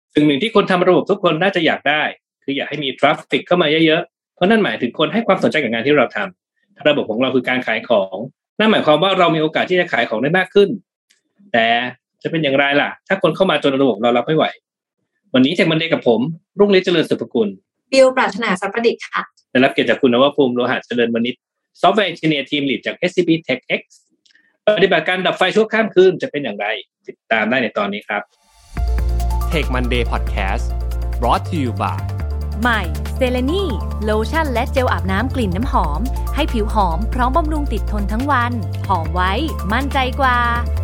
สิ่งหนึ่งที่คนทำระบบทุกคนน่าจะอยากได้คืออยากให้มีทราฟฟิกเข้ามาเยอะๆเพราะนั่นหมายถึงคนให้ความสนใจกับงานที่เราทำถ้าระบบของเราคือการขายของนั่นหมายความว่าเรามีโอกาสที่จะขายของได้มากขึ้นแต่จะเป็นอย่างไรล่ะถ้าคนเข้ามาจนระบบเรารับไม่ไหววันนี้เทคมันเดย์กับผมรุ่งฤทธิ์เจริญสุภกุลบิวปรารถนาทรัพย์ประดิษฐ์ค่ะได้รับเกียรติจากคุณนวภูมิโลหะเจริญวณิชซอฟต์แวร์เอนจิเนียร์ทีมลีดจาก SCB TechX ปฏิบัติการดับไฟชั่วข้ามคืนจะเป็นอย่างไรติดตามได้ในตอนนี้ครับ Tech Monday Podcast brought to you by ใหม่เซเลนีโลชั่นและเจลอาบน้ำกลิ่นน้ำหอมให้ผิวหอมพร้อมบำรุงติดทนทั้งวันหอมไว้มั่นใจกว่า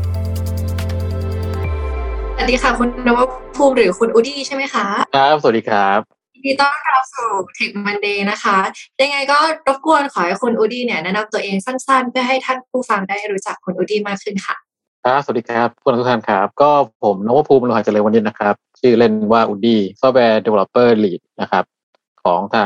สวัสดีค่ะคุณนวภูมิหรือคุณอูดี้ใช่ไหมคะครับสวัสดีครับยินดีต้อนรับสู่ Tech Monday นะคะยังไงก็รบกวนขอให้คุณอูดี้เนี่ยแนะนำตัวเองสั้นๆเพื่อให้ท่านผู้ฟังได้รู้จักคุณอูดี้มากขึ้นค่ะครับสวัสดีครับทุกท่านครับก็ผมนวภูมิโลหะเจริญวณิชนะครับชื่อเล่นว่าอูดี้ซอฟต์แวร์ Developer Lead นะครับของทาง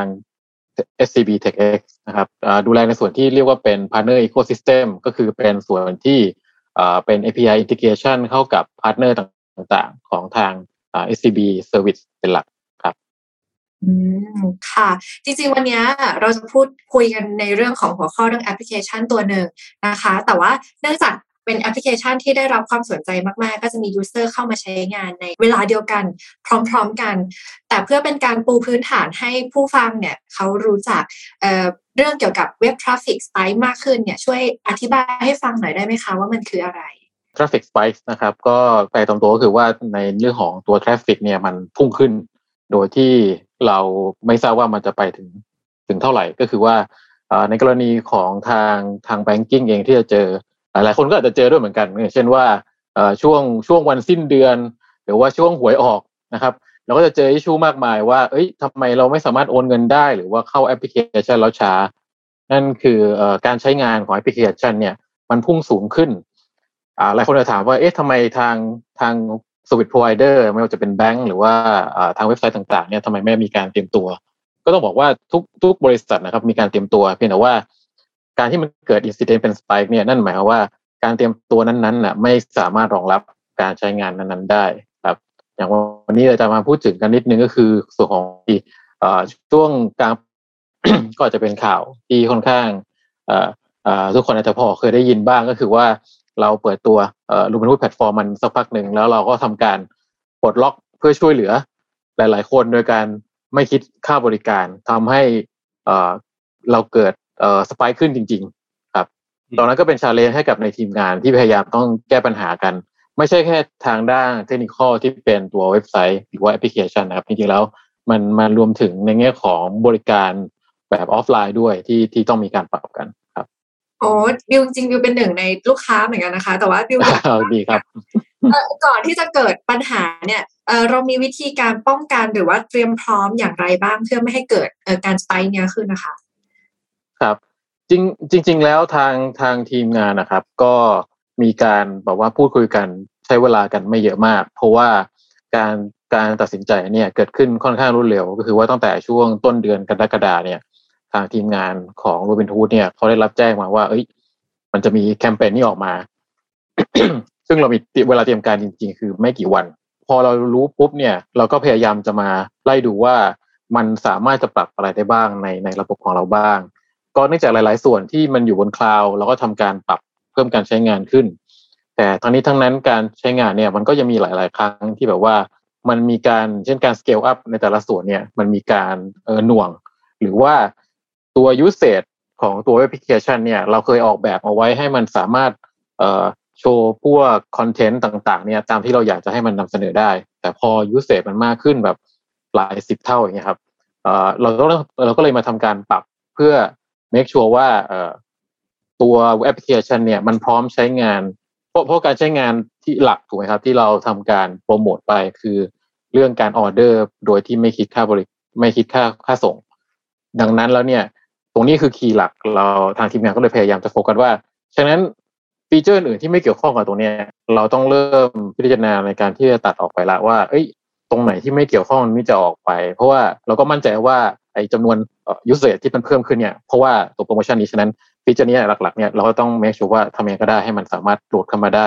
SCB TechX นะครับดูแลในส่วนที่เรียกว่าเป็น Partner Ecosystem ก็คือเป็นส่วนที่เป็น API Integration เข้ากับ Partner ต่างๆของทาง SCB Service เป็นหลักครับค่ะจริงๆวันนี้เราจะพูดคุยกันในเรื่องของหัวข้อเรื่องแอปพลิเคชันตัวหนึ่งนะคะแต่ว่าเนื่องจากเป็นแอปพลิเคชันที่ได้รับความสนใจมากๆก็จะมียูสเซอร์เข้ามาใช้งานในเวลาเดียวกันพร้อมๆกันแต่เพื่อเป็นการปูพื้นฐานให้ผู้ฟังเนี่ยเขารู้จักเรื่องเกี่ยวกับเว็บทราฟฟิกสไปค์มากขึ้นเนี่ยช่วยอธิบายให้ฟังหน่อยได้ไหมคะว่ามันคืออะไร Traffic Spikes นะครับก็แปลตรงตัวก็คือว่าในเรื่องของตัว Traffic เนี่ยมันพุ่งขึ้นโดยที่เราไม่ทราบว่ามันจะไปถึงเท่าไหร่ก็คือว่าในกรณีของทาง Banking เองที่จะเจอหลายคนก็อาจจะเจอด้วยเหมือนกันเช่นว่าช่วงวันสิ้นเดือนหรือว่าช่วงหวยออกนะครับเราก็จะเจออิชชูมากมายว่าทำไมเราไม่สามารถโอนเงินได้หรือว่าเข้าแอปพลิเคชันแล้วช้านั่นคือการใช้งานของแอปพลิเคชันเนี่ยมันพุ่งสูงขึ้นหลายคนจะถามว่าทำไมทาง Service Provider ไม่ว่าจะเป็นแบงก์หรือว่าทางเว็บไซต์ต่างๆเนี่ยทำไมไม่มีการเตรียมตัวก็ต้องบอกว่าทุกบริษัทนะครับมีการเตรียมตัวเพียงแต่ว่าการที่มันเกิด incident เป็น spike เนี่ยนั่นหมายความว่าการเตรียมตัวนั้นๆน่ะไม่สามารถรองรับการใช้งานนั้นๆได้ครับอย่างวันนี้เราจะมาพูดถึงกันนิดนึงก็คือส่วนของช่วงกลาง ก็จะเป็นข่าวที่ค่อนข้างทุกคนอาจจะพอเคยได้ยินบ้างก็คือว่าเราเปิดตัวRobinhood แพลตฟอร์มมันสักพักหนึ่งแล้วเราก็ทำการปลดล็อกเพื่อช่วยเหลือหลายๆคนโดยการไม่คิดค่าบริการทำให้เราเกิดสไปค์ขึ้นจริงๆครับตอนนั้นก็เป็น challenge ให้กับในทีมงานที่พยายามต้องแก้ปัญหากันไม่ใช่แค่ทางด้านเทคนิคที่เป็นตัวเว็บไซต์หรือว่าแอปพลิเคชันนะครับจริงๆแล้วมันรวมถึงในแง่ของบริการแบบออฟไลน์ด้วยที่ต้องมีการปรับกันครับโอ้บิวจริงบิวเป็นหนึ่งในลูกค้าเหมือนกันนะคะแต่ว่าบิวดีครับก่อนที่จะเกิดปัญหาเนี่ยเรามีวิธีการป้องกันหรือว่าเตรียมพร้อมอย่างไรบ้างเพื่อไม่ให้เกิดการสไปค์เนี้ยขึ้นนะคะครับจริงแล้วทางทีมงานนะครับก็มีการบอกว่าพูดคุยกันใช้เวลากันไม่เยอะมากเพราะว่าการตัดสินใจเนี่ยเกิดขึ้นค่อนข้างรวดเร็วก็คือว่าตั้งแต่ช่วงต้นเดือนกรกฎาคมเนี่ยทางทีมงานของ Robinhood เนี่ยเขาได้รับแจ้งมาว่ามันจะมีแคมเปญนี้ออกมา ซึ่งเรามีเวลาเตรียมการจริงๆคือไม่กี่วันพอเรารู้ปุ๊บเนี่ยเราก็พยายามจะมาไล่ดูว่ามันสามารถจะปรับอะไรได้บ้างในระบบของเราบ้างก็เนื่องจากหลายๆส่วนที่มันอยู่บนคลาวด์เราก็ทำการปรับเพิ่มการใช้งานขึ้นแต่ทั้งนี้ทั้งนั้นการใช้งานเนี่ยมันก็จะมีหลายๆครั้งที่แบบว่ามันมีการเช่นการ scale up ในแต่ละส่วนเนี่ยมันมีการหน่วงหรือว่าตัว usage ของตัวแอปพลิเคชันเนี่ยเราเคยออกแบบเอาไว้ให้มันสามารถโชว์พวกคอนเทนต์ต่างๆเนี่ยตามที่เราอยากจะให้มันนำเสนอได้แต่พอ usage มันมากขึ้นแบบหลาย10เท่าอย่างเงี้ยครับเราก็เลยมาทำการปรับเพื่อmake sure ว่าตัวแอปพลิเคชันเนี่ยมันพร้อมใช้งานเพราะการใช้งานที่หลักถูกไหมครับที่เราทำการโปรโมทไปคือเรื่องการออเดอร์โดยที่ไม่คิดค่าส่งดังนั้นแล้วเนี่ยตรงนี้คือคีย์หลักเราทางทีมงานก็เลยพยายามจะโฟกัสว่าฉะนั้นฟีเจอร์อื่นที่ไม่เกี่ยวข้องกับตรงนี้เราต้องเริ่มพิจารณาในการที่จะตัดออกไปละว่าตรงไหนที่ไม่เกี่ยวข้องนี่จะออกไปเพราะว่าเราก็มั่นใจว่าไอ้จำนวนusage ที่มันเพิ่มขึ้นเนี่ยเพราะว่าตัวโปรโมชั่นนี้ฉะนั้นฟีเจอร์นี้หลักๆเนี่ยเราก็ต้อง make sure ว่าทำยังไงก็ได้ให้มันสามารถโหลดเข้ามาได้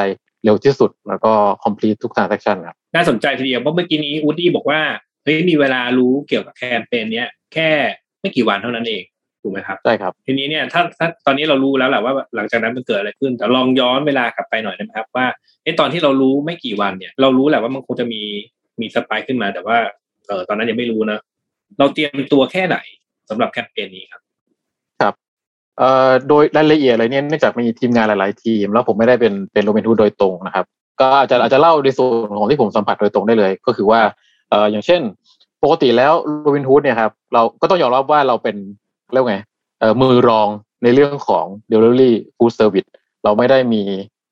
เร็วที่สุดแล้วก็ complete ทุก transaction ครับน่าสนใจทีเดียวเพราะเมื่อกี้นี้อูดดี้บอกว่าเฮ้ยมีเวลารู้เกี่ยวกับแคมเปญเนี้ยแค่ไม่กี่วันเท่านั้นเองถูกไหมครับใช่ครับทีนี้เนี่ยถ้าตอนนี้เรารู้แล้วแหละว่าหลังจากนั้นมันเกิดอะไรขึ้นแต่ลองย้อนเวลากลับไปหน่อยนะครับว่าตอนที่เรารู้ไม่กี่วันเนี่ยเรารู้แหละว่ามันคงจะมีสปายขึ้นมาแต่ว่าตอนนั้นยังไม่รู้นะเราเตรียมตัวแค่ไหนสำหรับแคมเปญนี้ครับครับโดยรายละเอียดอะไรเนี่ยเนื่องจากมีทีมงานหลายๆทีมแล้วผมไม่ได้เป็นโรบินฮูดโดยตรงนะครับก็อาจจะเล่าในส่วนของที่ผมสัมผัสโดยตรงได้เลยก็คือว่าอย่างเช่นปกติแล้วโรบินฮูดเนี่ยครับเราก็ต้องยอมรับว่าเราเป็นเรียกไงมือรองในเรื่องของ delivery food service เราไม่ได้มี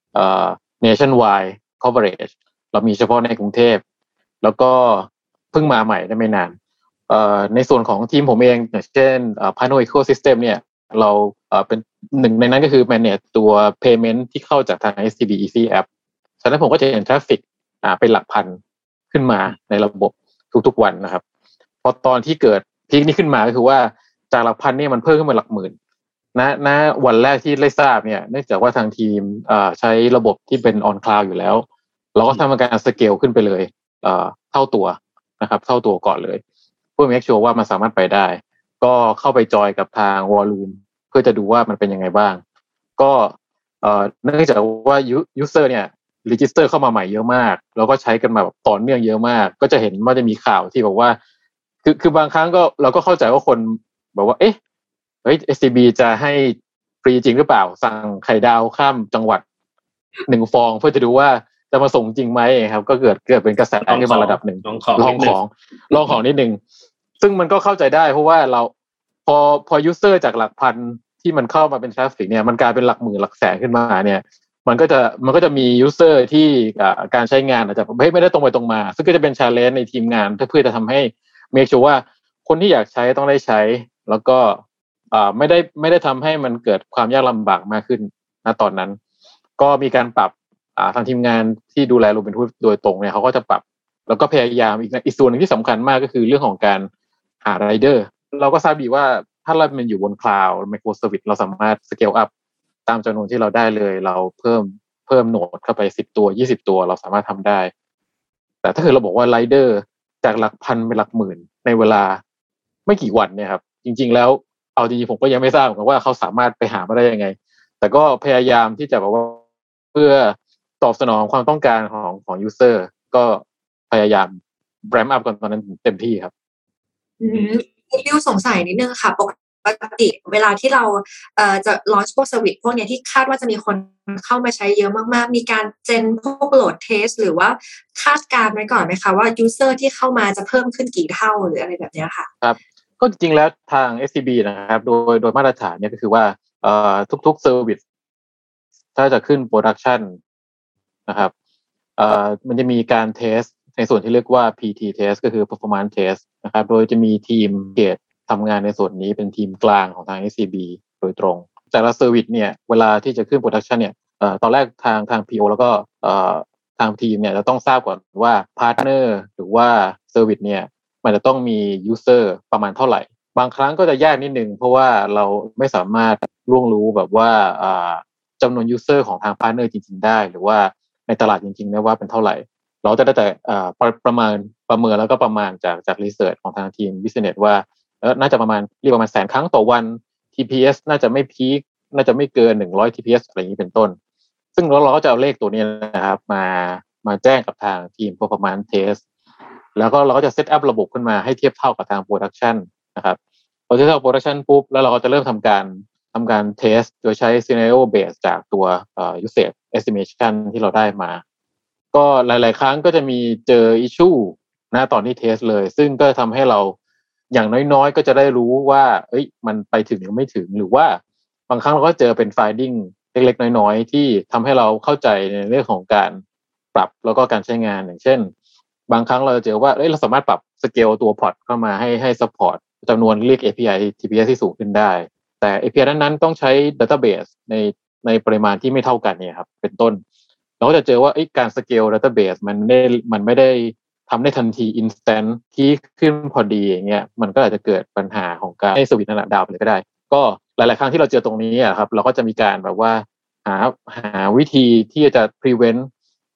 nationwide coverage เรามีเฉพาะในกรุงเทพแล้วก็เพิ่งมาใหม่ได้ไม่นานในส่วนของทีมผมเองอย่างเช่นPano Ecosystem เนี่ยเราเป็นหนึ่งในนั้นก็คือ manage ตัว payment ที่เข้าจากทาง SCB Easy App ฉะนั้นผมก็จะเห็น traffic เป็นหลักพันขึ้นมาในระบบทุกๆวันนะครับพอตอนที่เกิดพีคนี้ขึ้นมาก็คือว่าจากหลักพันเนี่ยมันเพิ่มขึ้นมาหลักหมื่นณวันแรกที่ได้ทราบเนี่ยเนื่องจากว่าทางทีมใช้ระบบที่เป็น on cloud อยู่แล้วเราก็ทำการสเกลขึ้นไปเลยเท่าตัวนะครับเท่าตัวก่อนเลยเพื่อ make sure ว่ามันสามารถไปได้ก็เข้าไปจอยกับทาง Volume เพื่อจะดูว่ามันเป็นยังไงบ้างก็เนื่องจากว่า user เนี่ย register เข้ามาใหม่เยอะมากแล้วก็ใช้กันมาแบบต่อเนื่องเยอะมากก็จะเห็นว่าจะมีข่าวที่บอกว่าคือบางครั้งก็เราก็เข้าใจว่าคนบอกว่าเฮ้ย SCB จะให้ฟรีจริงหรือเปล่าสั่งไข่ดาวข้ามจังหวัด1ฟองเพื่อจะดูว่าจะมาส่งจริงไหมครับก็เกิดเป็นกระแสขึ้นมาระดับหนึ่งลองของนิดนึงซึ่งมันก็เข้าใจได้เพราะว่าเราพอ user จากหลักพันที่มันเข้ามาเป็นทราฟฟิกเนี่ยมันกลายเป็นหลักหมื่นหลักแสนขึ้นมาเนี่ยมันก็จะมี user ที่การใช้งานอาจจะไม่ได้ตรงไปตรงมาซึ่งก็จะเป็น challenge ในทีมงานเพื่อจะทำให้ make sure ว่าคนที่อยากใช้ต้องได้ใช้แล้วก็ไม่ได้ทำให้มันเกิดความยากลำบากมากขึ้นณตอนนั้นก็มีการปรับทางทีมงานที่ดูแลโรบินฮูดโดยตรงเนี่ยเขาก็จะปรับแล้วก็พยายามอีกส่วนหนึ่งที่สำคัญมากก็คือเรื่องของการหาไรเดอร์เราก็ทราบดีว่าถ้าเราเป็นอยู่บนคลาวด์ไมโครเซอร์วิสเราสามารถสเกลอัพตามจำนวนที่เราได้เลยเราเพิ่มโหนดเข้าไป10ตัว20ตัวเราสามารถทำได้แต่ถ้าเกิดเราบอกว่าไรเดอร์จากหลักพันเป็นหลักหมื่นในเวลาไม่กี่วันเนี่ยครับจริงๆแล้วเอาจริงๆผมก็ยังไม่ทราบเหมือนกันว่าเขาสามารถไปหามาได้ยังไงแต่ก็พยายามที่จะแบบว่าเพื่อตอบสนองความต้องการของยูเซอร์ก็พยายามแรมอัพกันตอนนั้นเต็มที่ครับดิวสงสัยนิดนึงค่ะปกติเวลาที่เราจะลอนช์พวกเซอร์วิสพวกนี้ที่คาดว่าจะมีคนเข้ามาใช้เยอะมากๆมีการเจนพวกโหลดเทสหรือว่าคาดการณ์ไว้ก่อนไหมคะว่ายูเซอร์ที่เข้ามาจะเพิ่มขึ้นกี่เท่าหรืออะไรแบบนี้ค่ะครับก็จริงๆแล้วทาง SCB นะครับโดยมาตรฐานเนี่ยก็คือว่าทุกเซอร์วิสถ้าจะขึ้นโปรดักชันนะครับมันจะมีการเทสในส่วนที่เรียกว่า PT test ก็คือ performance test นะครับโดยจะมีทีมเกตทำงานในส่วนนี้เป็นทีมกลางของทาง SCB โดยตรงแต่ละเซอร์วิสเนี่ยเวลาที่จะขึ้นโปรดักชันเนี่ยตอนแรกทาง PO แล้วก็ทางทีมเนี่ยจะต้องทราบก่อนว่าพาร์ทเนอร์หรือว่าเซอร์วิสเนี่ยมันจะต้องมี user ประมาณเท่าไหร่บางครั้งก็จะยากนิดนึงเพราะว่าเราไม่สามารถล่วงรู้แบบว่าจำนวน user ของทางพาร์ทเนอร์จริงๆได้หรือว่าในตลาดจริงๆเนี่ยว่าเป็นเท่าไหร่เราจะได้แต่ประเมินแล้วก็ประมาณจากรีเสิร์ชของทางทีม business ว่าน่าจะประมาณแสนครั้งต่อวัน TPS น่าจะไม่พีคน่าจะไม่เกิน100 TPS อะไรอย่างนี้เป็นต้นซึ่งเราก็จะเอาเลขตัวนี้นะครับมาแจ้งกับทางทีม performance test แล้วก็เราก็จะเซตอัพระบบขึ้นมาให้เทียบเท่ากับทาง production นะครับพอเทียบเท่า production ปุ๊บแล้วเราก็จะเริ่มทำการ test โดยใช้ scenario base จากตัว usage estimation ที่เราได้มาก็หลายๆครั้งก็จะมีเจอ issue นะตอนที่เทสเลยซึ่งก็ทำให้เราอย่างน้อยๆก็จะได้รู้ว่ามันไปถึงหรือไม่ถึงหรือว่าบางครั้งเราก็เจอเป็น finding เล็กๆน้อยๆที่ทำให้เราเข้าใจในเรื่องของการปรับแล้วก็การใช้งานอย่างเช่นบางครั้งเราเจอว่าเราสามารถปรับสเกลตัวพอร์ตเข้ามาให้ support จำนวนเรียก API TPS ที่สูงขึ้นได้แต่ API นั้นๆต้องใช้ database ในปริมาณที่ไม่เท่ากันเนี่ยครับเป็นต้นเราก็จะเจอว่าการสเกล database มันไม่ได้ทำได้ทันที instant ที่ขึ้นพอดีอย่างเงี้ยมันก็อาจจะเกิดปัญหาของการให้เซอร์วิสนั้นดาวน์ไปเลยก็ได้ก็หลายๆครั้งที่เราเจอตรงนี้ครับเราก็จะมีการแบบว่าหาวิธีที่จะ prevent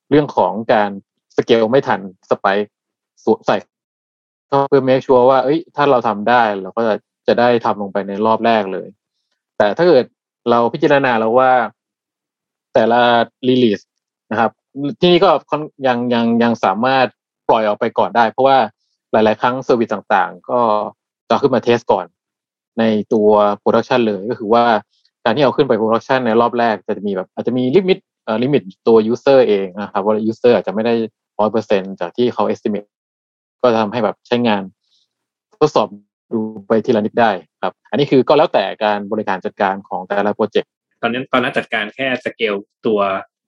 เรื่องของการสเกลไม่ทันสไปค์ใส่เพื่อ make sure ว่าถ้าเราทำได้เราก็จะได้ทำลงไปในรอบแรกเลยแต่ถ้าเกิดเราพิจารณาแล้วว่าแต่ละ release นะครับที่นี่ก็ยังสามารถปล่อยออกไปก่อนได้เพราะว่าหลายๆครั้งเซอร์วิสต่างๆก็จะขึ้นมาเทสก่อนในตัว production เลยก็คือว่าการที่เอาขึ้นไป production ในรอบแรกจะมีแบบอาจจะมีลิมิตตัว user เองนะครับว่า user อาจจะไม่ได้ 100% จากที่เขา estimate ก็จะทำให้แบบใช้งานทดสอบดูไปทีละนิดได้ครับอันนี้คือก็แล้วแต่การบริการจัดการของแต่ละโปรเจกต์ตอนนั้นจัดการแค่สเกลตัว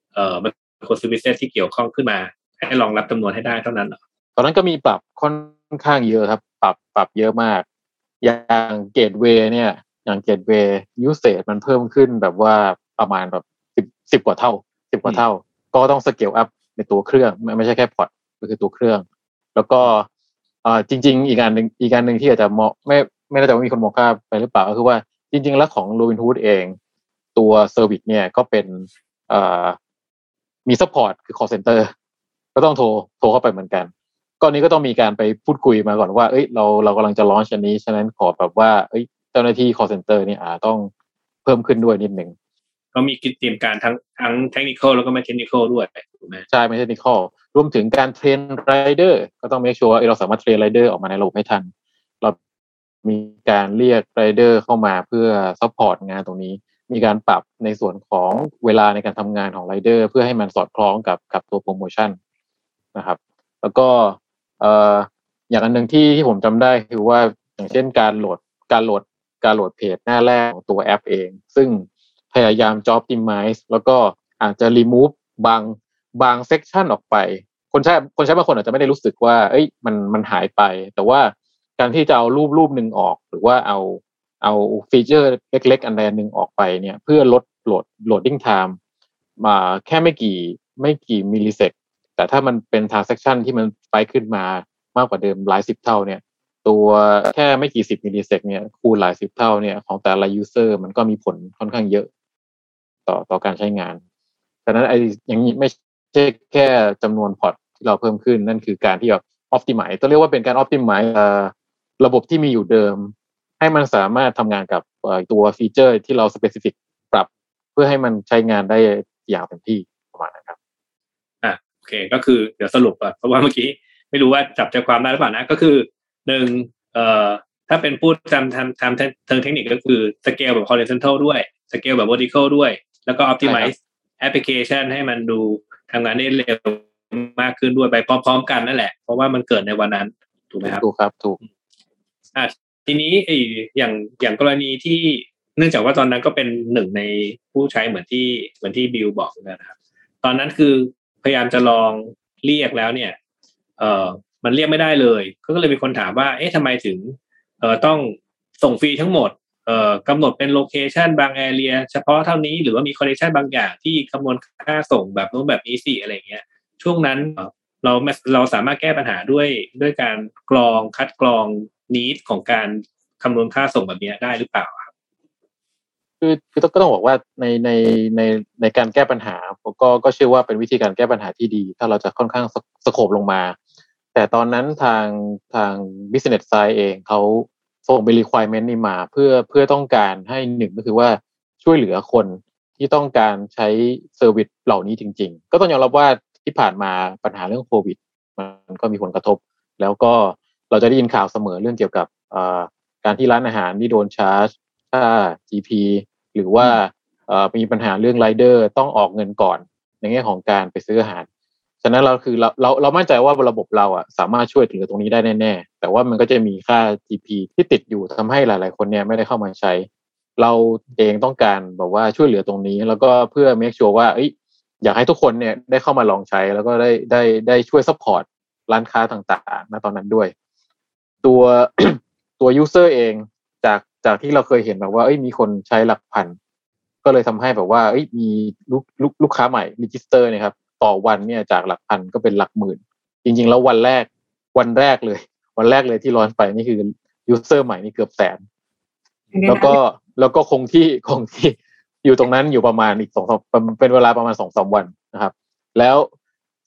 microservices ที่เกี่ยวข้องขึ้นมาให้รองรับจำนวนให้ได้เท่านั้นตอนนั้นก็มีปรับค่อนข้างเยอะครับปรับเยอะมากอย่างเกตเวย์เนี่ยอย่างเกตเวย์ยูเซจมันเพิ่มขึ้นแบบว่าประมาณแบบ10กว่าเท่าก็ต้องสเกลอัพในตัวเครื่องไม่ใช่แค่พอร์ตก็คือตัวเครื่องแล้วก็จริงๆอีกอันนึงที่อาจจะไม่แน่ใจว่ามีคนมองข้ามไปหรือเปล่าก็คือว่าจริงๆแล้วของ Robinhood เองตัวเซอร์วิสเนี่ยก็เป็นมีซัพพอร์ตคือ call center ก็ต้องโทรเข้าไปเหมือนกันก็นี้ก็ต้องมีการไปพูดคุยมาก่อนว่าเรากำลังจะลอนช์อันนี้ฉะนั้นขอแบบว่าเจ้าหน้าที่ call center นี่ต้องเพิ่มขึ้นด้วยนิดนึงก็มีกิจเตรียมการทั้งเทคนิคอลแล้วก็ไม่เทคนิคอลด้วยถูกไหมใช่ไม่เทคนิคอลรวมถึงการเทรนไรเดอร์ก็ต้อง make sure ว่าเราสามารถเทรนไรเดอร์ออกมาในระบบให้ทันเรามีการเรียกไรเดอร์เข้ามาเพื่อซัพพอร์ตงานตรงนี้มีการปรับในส่วนของเวลาในการทำงานของไรเดอร์เพื่อให้มันสอดคล้องกับตัวโปรโมชั่นนะครับแล้วก็อย่างอันนึงที่ผมจำได้คือว่าอย่างเช่นการโหลดเพจหน้าแรกของตัวแอปเองซึ่งพยายามจะ optimize แล้วก็อาจจะ remove บาง section ออกไปคนใช้บางคนอาจจะไม่ได้รู้สึกว่ามันหายไปแต่ว่าการที่จะเอารูปนึงออกหรือว่าเอาฟีเจอร์เล็กๆอันใดอันนึงออกไปเนี่ยเพื่อลดโหลดดิ้งไทม์มาแค่ไม่กี่มิลลิเซกแต่ถ้ามันเป็น transaction ที่มันไปขึ้นมามากกว่าเดิมหลาย10เท่าเนี่ยตัวแค่ไม่กี่10มิลลิเซกเนี่ยคูณหลาย10เท่าเนี่ยของแต่ละ user มันก็มีผลค่อนข้างเยอะต่อการใช้งานดังนั้นอย่างนี้ไม่ใช่แค่จำนวนพอร์ตที่เราเพิ่มขึ้นนั่นคือการที่เรา optimize ต้องเรียกว่าเป็นการ optimize ระบบที่มีอยู่เดิมให้มันสามารถทำงานกับตัวฟีเจอร์ที่เรา specific ปรับเพื่อให้มันใช้งานได้อย่างเต็มที่ประมาณนั้นครับโอเคก็คือเดี๋ยวสรุปก่อนเพราะว่าเมื่อกี้ไม่รู้ว่าจับใจความได้หรือเปล่านะก็คือ1ถ้าเป็นพูดทำเชิงเทคนิคก็คือสเกลแบบ horizontal ด้วยสเกลแบบ vertical ด้วยแล้วก็ optimize application ให้มันดูทำงานได้เร็วมากขึ้นด้วยไปพร้อมๆกันนั่นแหละเพราะว่ามันเกิดในวันนั้นถูกไหมครับถูกครับถูกทีนี้อย่างกรณีที่เนื่องจากว่าตอนนั้นก็เป็นหนึ่งในผู้ใช้เหมือนที่บิลบอกนะครับตอนนั้นคือพยายามจะลองเรียกแล้วเนี่ยมันเรียกไม่ได้เลยก็เลยมีคนถามว่าทำไมถึงต้องส่งฟรีทั้งหมดกำหนดเป็นโลเคชันบางแอเรียเฉพาะเท่านี้หรือว่ามีคอนดิชันบางอย่างที่คำนวณค่าส่งแบบนู้นแบบนี้สิอะไรเงี้ยช่วงนั้นเราสามารถแก้ปัญหาด้วยการคัดกรองneed ของการคำนวณค่าส่งแบบนี้ได้หรือเปล่าครับคือต้องบอกว่าในการแก้ปัญหาผมก็เชื่อว่าเป็นวิธีการแก้ปัญหาที่ดีถ้าเราจะค่อนข้างสโคปลงมาแต่ตอนนั้นทาง business side เองเขาส่งเป็น requirement นี่มาเพื่อต้องการให้หนึ่งก็คือว่าช่วยเหลือคนที่ต้องการใช้เซอร์วิสเหล่านี้จริงๆก็ต้องยอมรับว่าที่ผ่านมาปัญหาเรื่องโควิดมันก็มีผลกระทบแล้วก็เราจะได้ยินข่าวเสมอเรื่องเกี่ยวกับการที่ร้านอาหารที่โดนชาร์จค่า GP หรือว่ามีปัญหาเรื่องไรเดอร์ต้องออกเงินก่อนในแง่ของการไปซื้ออาหารฉะนั้นเรามั่นใจว่าระบบเราสามารถช่วยเหลือตรงนี้ได้แน่ๆแต่ว่ามันก็จะมีค่า GP ที่ติดอยู่ทำให้หลายๆคนเนี่ยไม่ได้เข้ามาใช้เราเองต้องการแบบว่าช่วยเหลือตรงนี้แล้วก็เพื่อ make sure ว่าอยากให้ทุกคนเนี่ยได้เข้ามาลองใช้แล้วก็ได้ช่วยซัพพอร์ตร้านค้าต่างๆณตอนนั้นด้วยตัว user เองจากที่เราเคยเห็นแบบว่ามีคนใช้หลักพันก็เลยทำให้แบบว่ามีลูกค้าใหม่ register เนี่ยครับต่อวันเนี่ยจากหลักพันก็เป็นหลักหมื่นจริงๆแล้ววันแรกเลยที่ลอนไปนี่คือ user ใหม่นี่เกือบแสนแล้วก็คงที่อยู่ตรงนั้นอยู่ประมาณอีก2-3เป็นเวลาประมาณ 2-3 วันนะครับแล้ว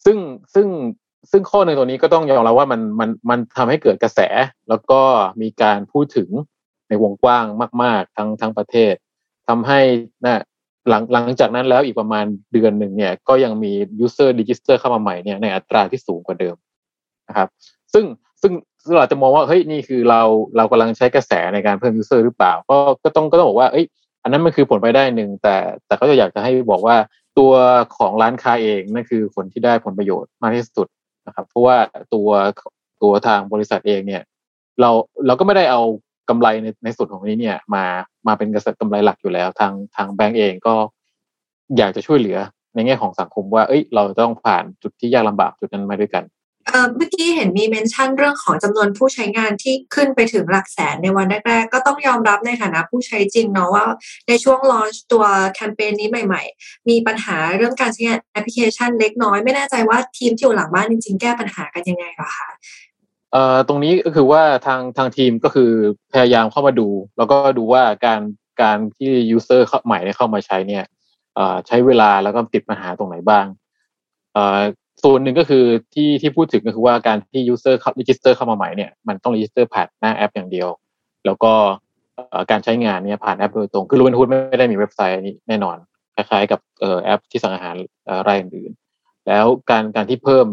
ซึ่งซึ่งซึ่งข้อหนึ่งตัวนี้ก็ต้องยอมรับว่ามันทำให้เกิดกระแสแล้วก็มีการพูดถึงในวงกว้างมากๆทั้งประเทศทำให้หลังจากนั้นแล้วอีกประมาณเดือนหนึ่งเนี่ยก็ยังมี user register เข้ามาใหม่เนี่ยในอัตราที่สูงกว่าเดิมนะครับซึ่งเราจะมองว่าเฮ้ยนี่คือเรากำลังใช้กระแสในการเพิ่ม user หรือเปล่าก็ต้องบอกว่าเอ้ยอันนั้นมันคือผลไปได้หนึ่งแต่ก็อยากจะให้บอกว่าตัวของร้านค้าเองนั่นคือคนที่ได้ผลประโยชน์มากที่สุดนะครับเพราะว่าตัวทางบริษัทเองเนี่ยเราก็ไม่ได้เอากำไรในส่วนของนี้เนี่ยมาเป็นกำไรหลักอยู่แล้วทางแบงก์เองก็อยากจะช่วยเหลือในแง่ของสังคมว่าเอ้ยเราต้องผ่านจุดที่ยากลำบากจุดนั้นมาด้วยกันเมื่อกี้เห็นมีเมนชั่นเรื่องของจำนวนผู้ใช้งานที่ขึ้นไปถึงหลักแสนในวันแรกๆก็ต้องยอมรับในฐานะผู้ใช้จริงเนาะว่าในช่วงลอนช์ตัวแคมเปญนี้ใหม่ๆมีปัญหาเรื่องการใช้งานแอปพลิเคชันเล็กน้อยไม่แน่ใจว่าทีมที่อยู่หลังบ้านจริงๆแก้ปัญหากันยังไงเหรอคะตรงนี้ก็คือว่าทางทีมก็คือพยายามเข้ามาดูแล้วก็ดูว่าการที่ user ใหม่เข้ามาใช้เนี่ยใช้เวลาแล้วก็ติดปัญหาตรงไหนบ้างส่วนหนึ่งก็คือที่พูดถึงก็คือว่าการที่ user register เข้ามาใหม่เนี่ยมันต้อง register ผ่านหน้าแอปอย่างเดียวแล้วก็การใช้งานเนี่ยผ่านแอปโดยตรงคือ Robinhood ไม่ได้มีเว็บไซต์นี้แน่นอนคล้ายๆกับแอปที่สั่งอาหารรายอื่นๆแล้วการที่เพิ่ม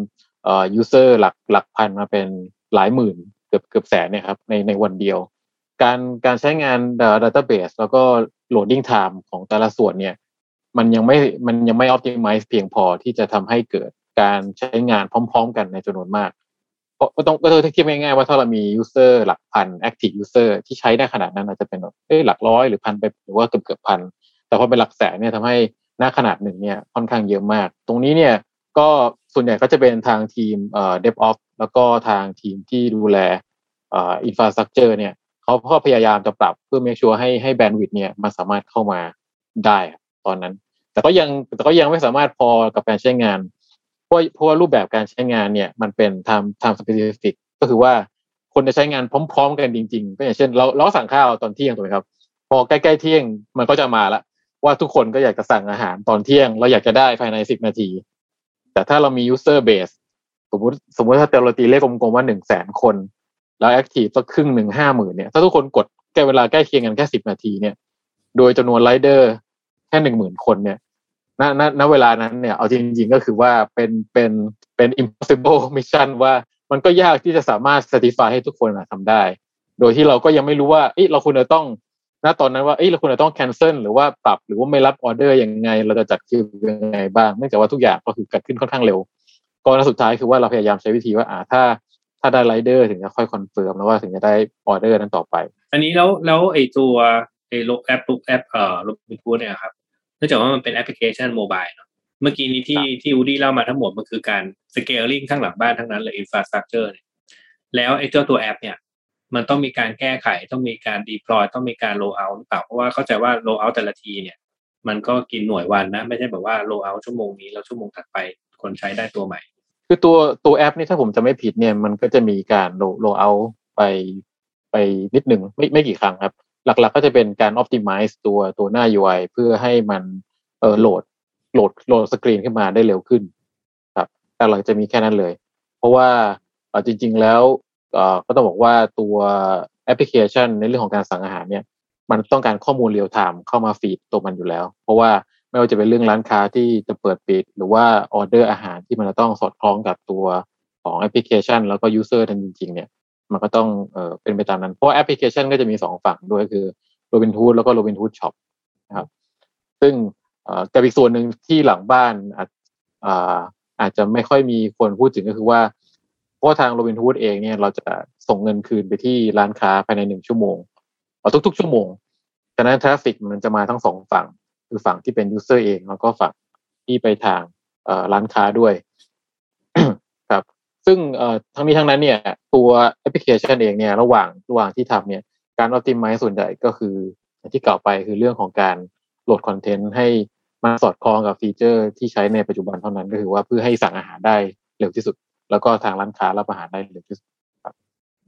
user หลักพันมาเป็นหลายหมื่นเกือบแสนเนี่ยครับในวันเดียวการใช้งาน database แล้วก็ loading time ของแต่ละส่วนเนี่ยมันยังไม่ optimize เพียงพอที่จะทำให้เกิดการใช้งานพร้อมๆกันในจำนวนมากก็ต้องเทียบง่ายๆว่าถ้าเรามี user หลักพัน active user ที่ใช้ได้ขนาดนั้นอาจจะเป็นหลักร้อยหรือพันไปหรือว่าเกือบพันแต่พอเป็นหลักแสนเนี่ยทำให้หน้าขนาดหนึ่งเนี่ยค่อนข้างเยอะมากตรงนี้เนี่ยก็ส่วนใหญ่ก็จะเป็นทางทีมDevOps แล้วก็ทางทีมที่ดูแลinfrastructure เนี่ยเขาก็พยายามจะปรับเพื่อ make sure ให้แบนด์วิดต์เนี่ยมันสามารถเข้ามาได้ตอนนั้นแต่ก็ยังไม่สามารถพอกับการใช้งานเพราะว่ารูปแบบการใช้งานเนี่ยมันเป็น time specific ก็คือว่าคนจะใช้งานพร้อมๆกันจริงๆก็อย่างเช่นเราสั่งข้าวตอนเที่ยงถูกไหมครับพอใกล้ๆเที่ยงมันก็จะมาละว่าทุกคนก็อยากจะสั่งอาหารตอนเที่ยงเราอยากจะได้ภายใน10 นาทีแต่ถ้าเรามี user base สมมติถ้าเราตีเลขกลมๆว่า 100,000 คนแล้ว active สักครึ่งหนึ่ง 50,000 เนี่ยถ้าทุกคนกดเวลาใกล้เคียงกันแค่10 นาทีเนี่ยโดยจำนวนไรเดอร์แค่ 10,000 คนเนี่ยณเวลานั้นเนี่ยเอาจริงๆก็คือว่าเป็น impossible mission ว่ามันก็ยากที่จะสามารถ satisfy ให้ทุกคนทำได้โดยที่เราก็ยังไม่รู้ว่าเราควรจะต้องณตอนนั้นว่าเราควรจะต้อง cancel หรือว่าปรับหรือว่าไม่รับออเดอร์ยังไงเราจะจัดคิวยังไงบ้างเนื่องจากว่าทุกอย่างก็คือเกิดขึ้นค่อนข้างเร็วก็สุดท้ายคือว่าเราพยายามใช้วิธีว่าถ้าได้ไรเดอร์ถึงจะค่อยคอนเฟิร์มแล้วว่าถึงจะได้ออเดอร์นั้นต่อไปอันนี้แล้วไอ้ตัวลบแอปRobinhoodเนี่ยครับเนื่องจากว่ามันเป็นแอปพลิเคชันโมบายเนาะเมื่อกี้นี้ที่อูดี้เล่ามาทั้งหมดมันคือการ scaling ทั้งหลังบ้านทั้งนั้นเลย infrastructure เนี่ยแล้วไอ้ตัวแอปเนี่ยมันต้องมีการแก้ไขต้องมีการ deploy ต้องมีการ roll out หรือเปล่าเพราะว่าเข้าใจว่า roll out แต่ละทีเนี่ยมันก็กินหน่วยวันนะไม่ใช่แบบว่า roll out ชั่วโมงนี้แล้วชั่วโมงถัดไปคนใช้ได้ตัวใหม่คือตัวแอปนี่ถ้าผมจะไม่ผิดเนี่ยมันก็จะมีการ roll out ไปนิดนึงไม่กี่ครั้งครับหลักๆก็จะเป็นการ optimize ตัวหน้า UI เพื่อให้มันโหลดสกรีนขึ้นมาได้เร็วขึ้นครับแต่หลังจะมีแค่นั้นเลยเพราะว่าจริงๆแล้วก็ต้องบอกว่าตัวแอปพลิเคชันในเรื่องของการสั่งอาหารเนี่ยมันต้องการข้อมูลเรียลไทม์เข้ามาฟีดตัวมันอยู่แล้วเพราะว่าไม่ว่าจะเป็นเรื่องร้านค้าที่จะเปิดปิดหรือว่าออเดอร์อาหารที่มันจะต้องสอดคล้องกับตัวของแอปพลิเคชันแล้วก็ยูเซอร์นั้นจริงๆเนี่ยมันก็ต้องเป็นไปตามนั้นเพราะแอปพลิเคชันก็จะมี2ฝั่งด้วยคือ Robinhood แล้วก็ Robinhood Shop นะครับซึ่งกับอีกส่วนหนึ่งที่หลังบ้านอาจจะไม่ค่อยมีคนพูดถึงก็คือว่าเพราะทาง Robinhood เองเนี่ยเราจะส่งเงินคืนไปที่ร้านค้าภายใน1ชั่วโมงทุกๆชั่วโมงฉะนั้นทราฟฟิกมันจะมาทั้ง2ฝั่งคือฝั่งที่เป็น user เองแล้วก็ฝั่งที่ไปทางร้านค้าด้วย ครับซึ่งทั้งนี้ทั้งนั้นเนี่ยตัวแอปพลิเคชันเองเนี่ยระหว่างที่ทำเนี่ยการ optimize ส่วนใหญ่ก็คืออย่างที่กล่าวไปคือเรื่องของการโหลดคอนเทนต์ให้มาสอดคล้องกับฟีเจอร์ที่ใช้ในปัจจุบันเท่านั้นก็คือว่าเพื่อให้สั่งอาหารได้เร็วที่สุดแล้วก็ทางร้านค้ารับอาหารได้เร็วที่สุดครับจ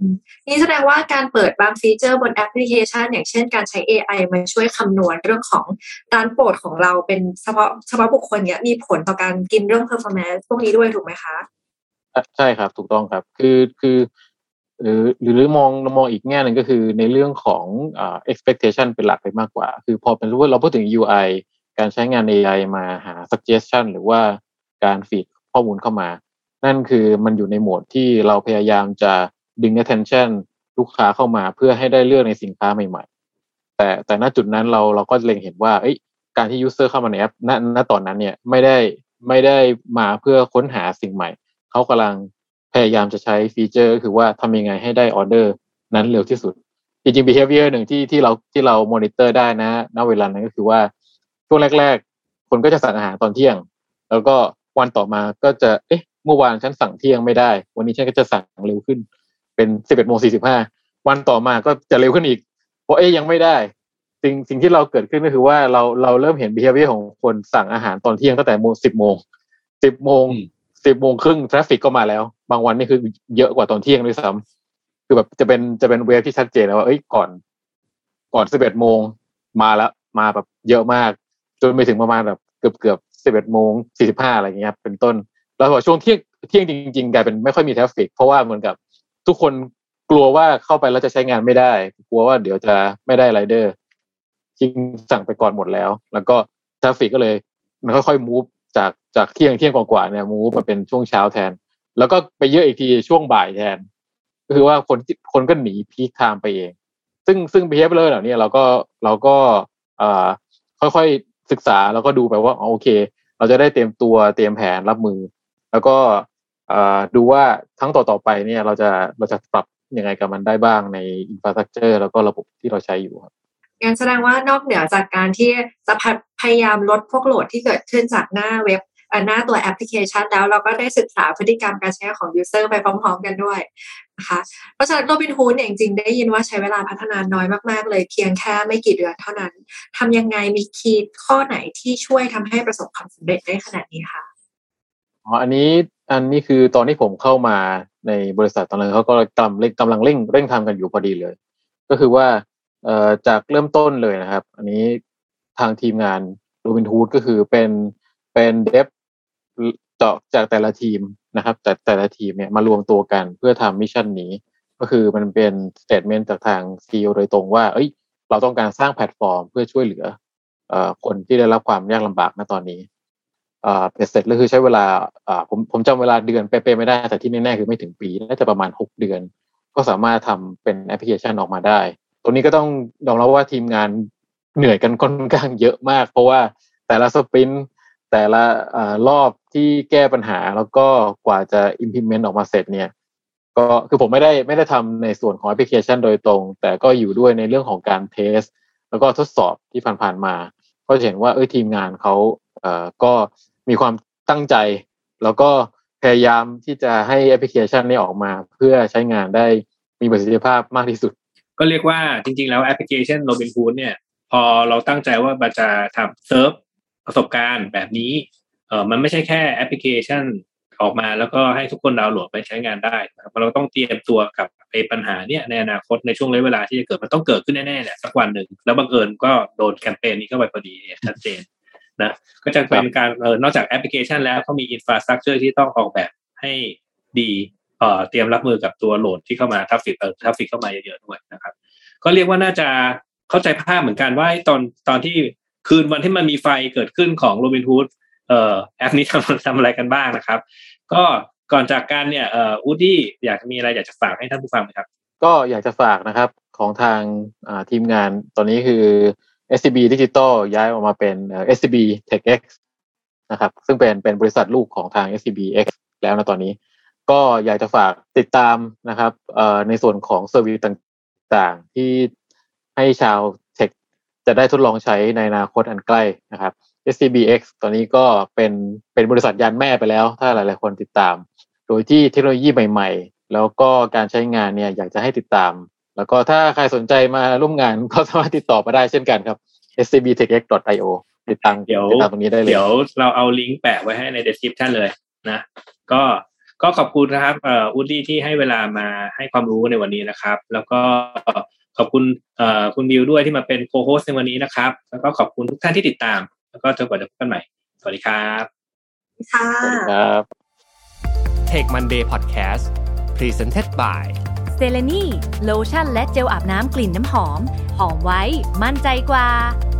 นี่แสดงว่าการเปิดบางฟีเจอร์บนแอปพลิเคชันอย่างเช่นการใช้ AI มาช่วยคำนวณเรื่องของร้านโปรดของเราเป็นเฉพาะบุคคลเนี้ยมีผลต่อการกินเรื่อง performance พวกนี้ด้วยถูกไหมคะใช่ครับถูกต้องครับคือหรือมองอีกแง่หนึ่งก็คือในเรื่องของexpectation เป็นหลักไปมากกว่าคือพอเป็นรู้ว่าเราพูดถึง UI การใช้งาน AI มาหา suggestion หรือว่าการฟีดข้อมูลเข้ามานั่นคือมันอยู่ในโหมดที่เราพยายามจะดึง attention ลูกค้าเข้ามาเพื่อให้ได้เลือกในสินค้าใหม่ๆแต่ณจุดนั้นเราก็เล็งเห็นว่าการที่ user เข้ามาในแอปณตอนนั้นเนี่ยไม่ได้มาเพื่อค้นหาสิ่งใหม่เขากำลังพยายามจะใช้ฟีเจอร์ก็คือว่าทำยังไงให้ได้ออเดอร์นั้นเร็วที่สุดจริงๆ behavior หนึ่งที่เรา monitor ได้นะณเวลานั้นก็คือว่าช่วงแรกๆคนก็จะสั่งอาหารตอนเที่ยงแล้วก็วันต่อมาก็จะเมื่อวานฉันสั่งเที่ยงไม่ได้วันนี้ฉันก็จะสั่งเร็วขึ้นเป็น 11:45 วันต่อมาก็จะเร็วขึ้นอีกเพราะยังไม่ได้สิ่งที่เราเกิดขึ้นก็คือว่าเราเริ่มเห็น behavior ของคนสั่งอาหารตอนเที่ยงตั้งแต่ 10 โมง 10 โมงครึ่งทราฟฟิกก็มาแล้วบางวันนี่คือเยอะกว่าตอนเที่ยงด้วยซ้ำคือแบบจะเป็นเวฟที่ชัดเจนแล้วว่าก่อน 11 โมงมาแล้วมาแบบเยอะมากจนไปถึงประมาณแบบเกือบ 11:45 อะไรอย่างเงี้ยเป็นต้นแล้วพอช่วงเที่ยงจริงๆกลายเป็นไม่ค่อยมีทราฟฟิกเพราะว่าเหมือนกับทุกคนกลัวว่าเข้าไปแล้วจะใช้งานไม่ได้กลัวว่าเดี๋ยวจะไม่ได้ไรเดอร์จริงสั่งไปก่อนหมดแล้วก็ทราฟฟิกก็เลยมันค่อยๆมูฟจากเที่ยงกว่าๆเนี่ยมูฟมาเป็นช่วงเช้าแทนแล้วก็ไปเยอะอีกทีช่วงบ่ายแทนก็คือว่าคนก็หนีพีคไทม์ไปเองซึ่ง behavior เหล่านี้เราก็ค่อยๆศึกษาแล้วก็ดูไปว่าโอเคเราจะได้เตรียมตัวเตรียมแผนรับมือแล้วก็ดูว่าทั้งต่อไปเนี่ยเราจะปรับยังไงกับมันได้บ้างใน infrastructure แล้วก็ระบบที่เราใช้อยู่ครับงั้นแสดงว่านอกเหนือจากการที่จะพยายามลดพวกโหลดที่เกิดขึ้นจากหน้าเว็บหน้าตัวแอปพลิเคชันแล้วเราก็ได้ศึกษาพฤติกรรมการใช้ของ user ไปพร้อมๆกันด้วยนะคะเพราะฉะนั้น Robinhood เนี่ยจริงๆได้ยินว่าใช้เวลาพัฒนาน้อยมากๆเลยเพียงแค่ไม่กี่เดือนเท่านั้นทำยังไงมีคีย์ข้อไหนที่ช่วยทำให้ประสบความสำเร็จได้ขนาดนี้คะอันนี้คือตอนที่ผมเข้ามาในบริษัทตอนนั้นเขาก็กำลังเร่งทำกันอยู่พอดีเลยก็คือว่าจากเริ่มต้นเลยนะครับอันนี้ทางทีมงาน Robinhood ก็คือเป็นเดฟจากแต่ละทีมนะครับแต่ละทีมเนี่ยมารวมตัวกันเพื่อทำมิชชั่นนี้ก็คือมันเป็นสเตทเมนต์จากทาง CEO โดยตรงว่าเราต้องการสร้างแพลตฟอร์มเพื่อช่วยเหลือคนที่ได้รับความยากลำบากณตอนนี้เป็นเสร็จแล้วคือใช้เวลาผมจำเวลาเดือนเป๊ะๆไม่ได้แต่ที่แน่ๆคือไม่ถึงปีน่าจะประมาณ6 เดือนก็สามารถทำเป็นแอปพลิเคชันออกมาได้ตรงนี้ก็ต้องยอมรับว่าทีมงานเหนื่อยกันค่อนข้างเยอะมากเพราะว่าแต่ละสปรินต์แต่ละรอบที่แก้ปัญหาแล้วก็กว่าจะ implement ออกมาเสร็จเนี่ยก็คือผมไม่ได้ทำในส่วนของแอปพลิเคชันโดยตรงแต่ก็อยู่ด้วยในเรื่องของการเทสแล้วก็ทดสอบที่ผ่านๆมาก็เห็นว่าทีมงานเขาก็มีความตั้งใจแล้วก็พยายามที่จะให้แอปพลิเคชันนี้ออกมาเพื่อใช้งานได้มีประสิทธิภาพมากที่สุดก็เรียกว่าจริงๆแล้วแอปพลิเคชัน Robinhood เนี่ยพอเราตั้งใจว่ามันจะทำเซิร์ฟประสบการณ์แบบนี้มันไม่ใช่แค่แอปพลิเคชันออกมาแล้วก็ให้ทุกคนดาวน์โหลดไปใช้งานได้นะครับเราต้องเตรียมตัวกับไอ้ปัญหาเนี่ยในอนาคตในช่วงระยะเวลาที่จะเกิดมันต้องเกิดขึ้นแน่ๆเนี่ยสักวันหนึ่งแล้วบังเอิญก็โดนแคมเปญนี้เข้าไปพอดีชัดเจนนะก็จะเป็นการนอกจากแอปพลิเคชันแล้วเขามีอินฟราสตรัคเจอร์ที่ต้องออกแบบให้ดีเตรียมรับมือกับตัวโหลดที่เข้ามาทราฟฟิกเข้ามาเยอะๆด้วยนะครับก็เรียกว่าน่าจะเข้าใจภาพเหมือนกันว่าตอนที่คืนวันที่มันมีไฟเกิดขึ้นของ Robinhood แอปนี้ทำอะไรกันบ้างนะครับก็ก่อนจากกันเนี่ยอูดี้อยากมีอะไรอยากจะฝากให้ท่านผู้ฟังไหมครับก็อยากจะฝากนะครับของทางทีมงานตอนนี้คือ SCB Digital ย้ายออกมาเป็นSCB TechX นะครับซึ่งเป็นบริษัทลูกของทาง SCBX แล้วนะตอนนี้ก็อยากจะฝากติดตามนะครับในส่วนของเซอร์วิสต่างๆที่ให้ชาวเทคจะได้ทดลองใช้ในอนาคตอันใกล้นะครับ SCBX ตอนนี้ก็เป็นบริษัทยานแม่ไปแล้วถ้าหลายๆคนติดตามโดยที่เทคโนโลยีใหม่ๆแล้วก็การใช้งานเนี่ยอยากจะให้ติดตามแล้วก็ถ้าใครสนใจมาร่วมงานก็สามารถติดต่อมาได้เช่นกันครับ scbtechx.io ติดตามตรงนี้ได้เลยเดี๋ยวเราเอาลิงก์แปะไว้ให้ใน description เลยนะก็ก็ขอบคุณนะครับอูดดี้ที่ให้เวลามาให้ความรู้ในวันนี้นะครับแล้วก็ขอบคุณคุณบิวด้วยที่มาเป็นโคโฮสต์ในวันนี้นะครับแล้วก็ขอบคุณทุกท่านที่ติดตามแล้วก็จนกว่าจะพบกันใหม่สวัสดีครับค่ะสวัสดีครับ Tech Monday Podcast Presented by Stellany โลชั่นและเจลอาบน้ำกลิ่นน้ำหอมหอมไว้มั่นใจกว่า